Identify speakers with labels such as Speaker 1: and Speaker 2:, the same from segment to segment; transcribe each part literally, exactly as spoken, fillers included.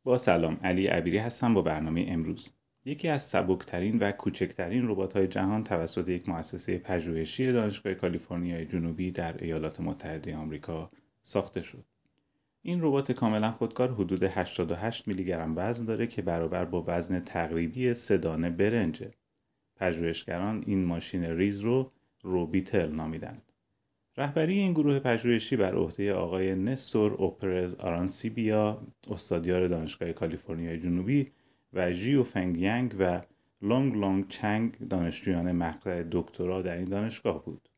Speaker 1: با سلام، علی عبیری هستم با برنامه امروز. یکی از سبکترین و کوچکترین ربات‌های جهان توسط یک مؤسسه پژوهشی دانشگاه کالیفرنیای جنوبی در ایالات متحده آمریکا ساخته شد. این ربات کاملا خودکار حدود هشتاد و هشت میلی گرم وزن داره که برابر با وزن تقریبی سه دانه برنجه. پژوهشگران این ماشین ریز رو روبیتل نامیدند. رهبری این گروه پژوهشی بر عهده آقای نستور اوپرز آرانسیبیا، استادیار دانشگاه کالیفرنیای جنوبی، و ژیو فنگ ینگ و لونگ لونگ چنگ، دانشجویان مقطع دکترا در این دانشگاه بود.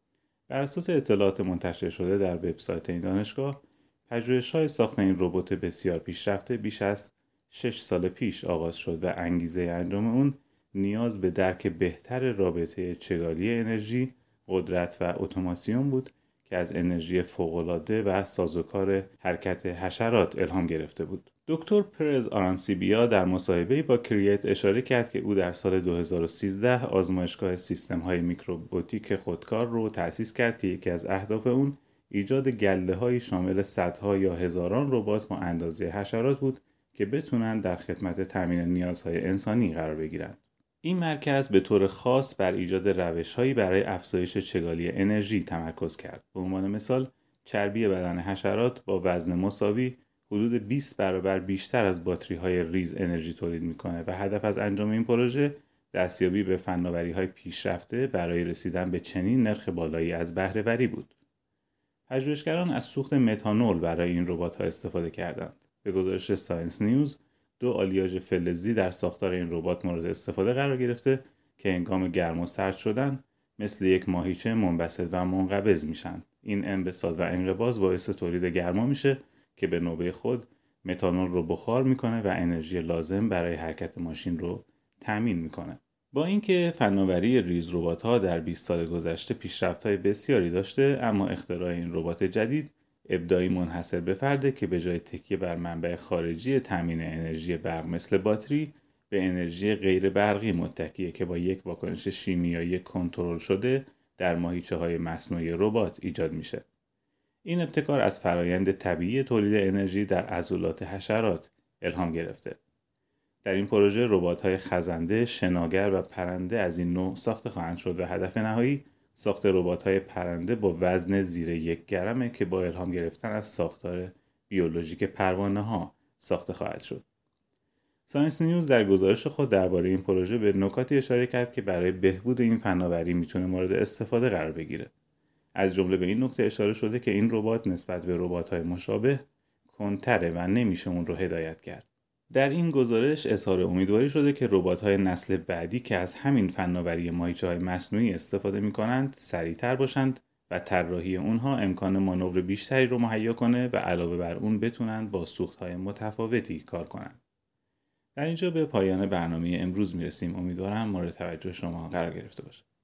Speaker 1: بر اساس اطلاعات منتشر شده در وبسایت این دانشگاه، پژوهش‌های ساخت این ربات بسیار پیشرفته بیش از شش سال پیش آغاز شد و انگیزه انجام اون نیاز به درک بهتر رابطه چگالی انرژی، قدرت و اتوماسیون بود که از انرژی فوق‌العاده و سازوکار حرکت حشرات الهام گرفته بود. دکتر پرز آرانسیبیا در مصاحبه‌ای با کریت اشاره کرد که او در سال دو هزار و سیزده آزمایشگاه سیستم‌های میکروبوتیک خودکار رو تأسیس کرد که یکی از اهداف اون ایجاد گله‌های شامل صدها یا هزاران ربات با اندازه حشرات بود که بتونن در خدمت تامین نیازهای انسانی قرار بگیرند. این مرکز به طور خاص بر ایجاد روش‌هایی برای افزایش چگالی انرژی تمرکز کرد. به عنوان مثال، چربی بدن حشرات با وزن مساوی حدود بیست برابر بیشتر از باتری‌های ریز انرژی تولید می‌کنه و هدف از انجام این پروژه دستیابی به فناوری‌های پیشرفته برای رسیدن به چنین نرخ بالایی از بهره‌وری بود. پژوهشگران از سوخت متانول برای این ربات‌ها استفاده کردند. به گزارش ساینس نیوز، دو آلیاژ فلزی در ساختار این ربات مورد استفاده قرار گرفته که هنگام گرم و سرد شدن مثل یک ماهیچه منبسط و منقبض میشن. این انبساط و انقباض باعث تولید گرما میشه که به نوبه خود متانول رو بخار میکنه و انرژی لازم برای حرکت ماشین رو تامین میکنه. با اینکه فناوری ریز ربات‌ها در بیست سال گذشته پیشرفت‌های بسیاری داشته، اما اختراع این ربات جدید ابداعی منحصر به فرده که به جای تکیه بر منبع خارجی تامین انرژی برق مثل باتری، به انرژی غیر برقی متکیه که با یک واکنش شیمیایی کنترل شده در ماهیچه‌های مصنوعی ربات ایجاد میشه. این ابتکار از فرایند طبیعی تولید انرژی در عضلات حشرات الهام گرفته. در این پروژه ربات‌های خزنده، شناگر و پرنده از این نوع ساخته خواهند شد و هدف نهایی ساخت ربات‌های پرنده با وزن زیر یک گرمه که با الهام گرفتن از ساختار بیولوژیک پروانه‌ها ساخته خواهد شد. ساینس نیوز در گزارش خود درباره این پروژه به نکاتی اشاره کرد که برای بهبود این فناوری میتونه مورد استفاده قرار بگیره. از جمله به این نکته اشاره شده که این ربات نسبت به ربات‌های مشابه کندتره و نمیشه اون رو هدایت کرد. در این گزارش اظهار امیدواری شده که ربات‌های نسل بعدی که از همین فناوری ماهیچه‌های مصنوعی استفاده می‌کنند سریع‌تر باشند و طراحی اونها امکان مانور بیشتری رو مهیا کنه و علاوه بر اون بتونند با سوخت‌های متفاوتی کار کنند. در اینجا به پایان برنامه امروز میرسیم. امیدوارم مورد توجه شما قرار گرفته باشه.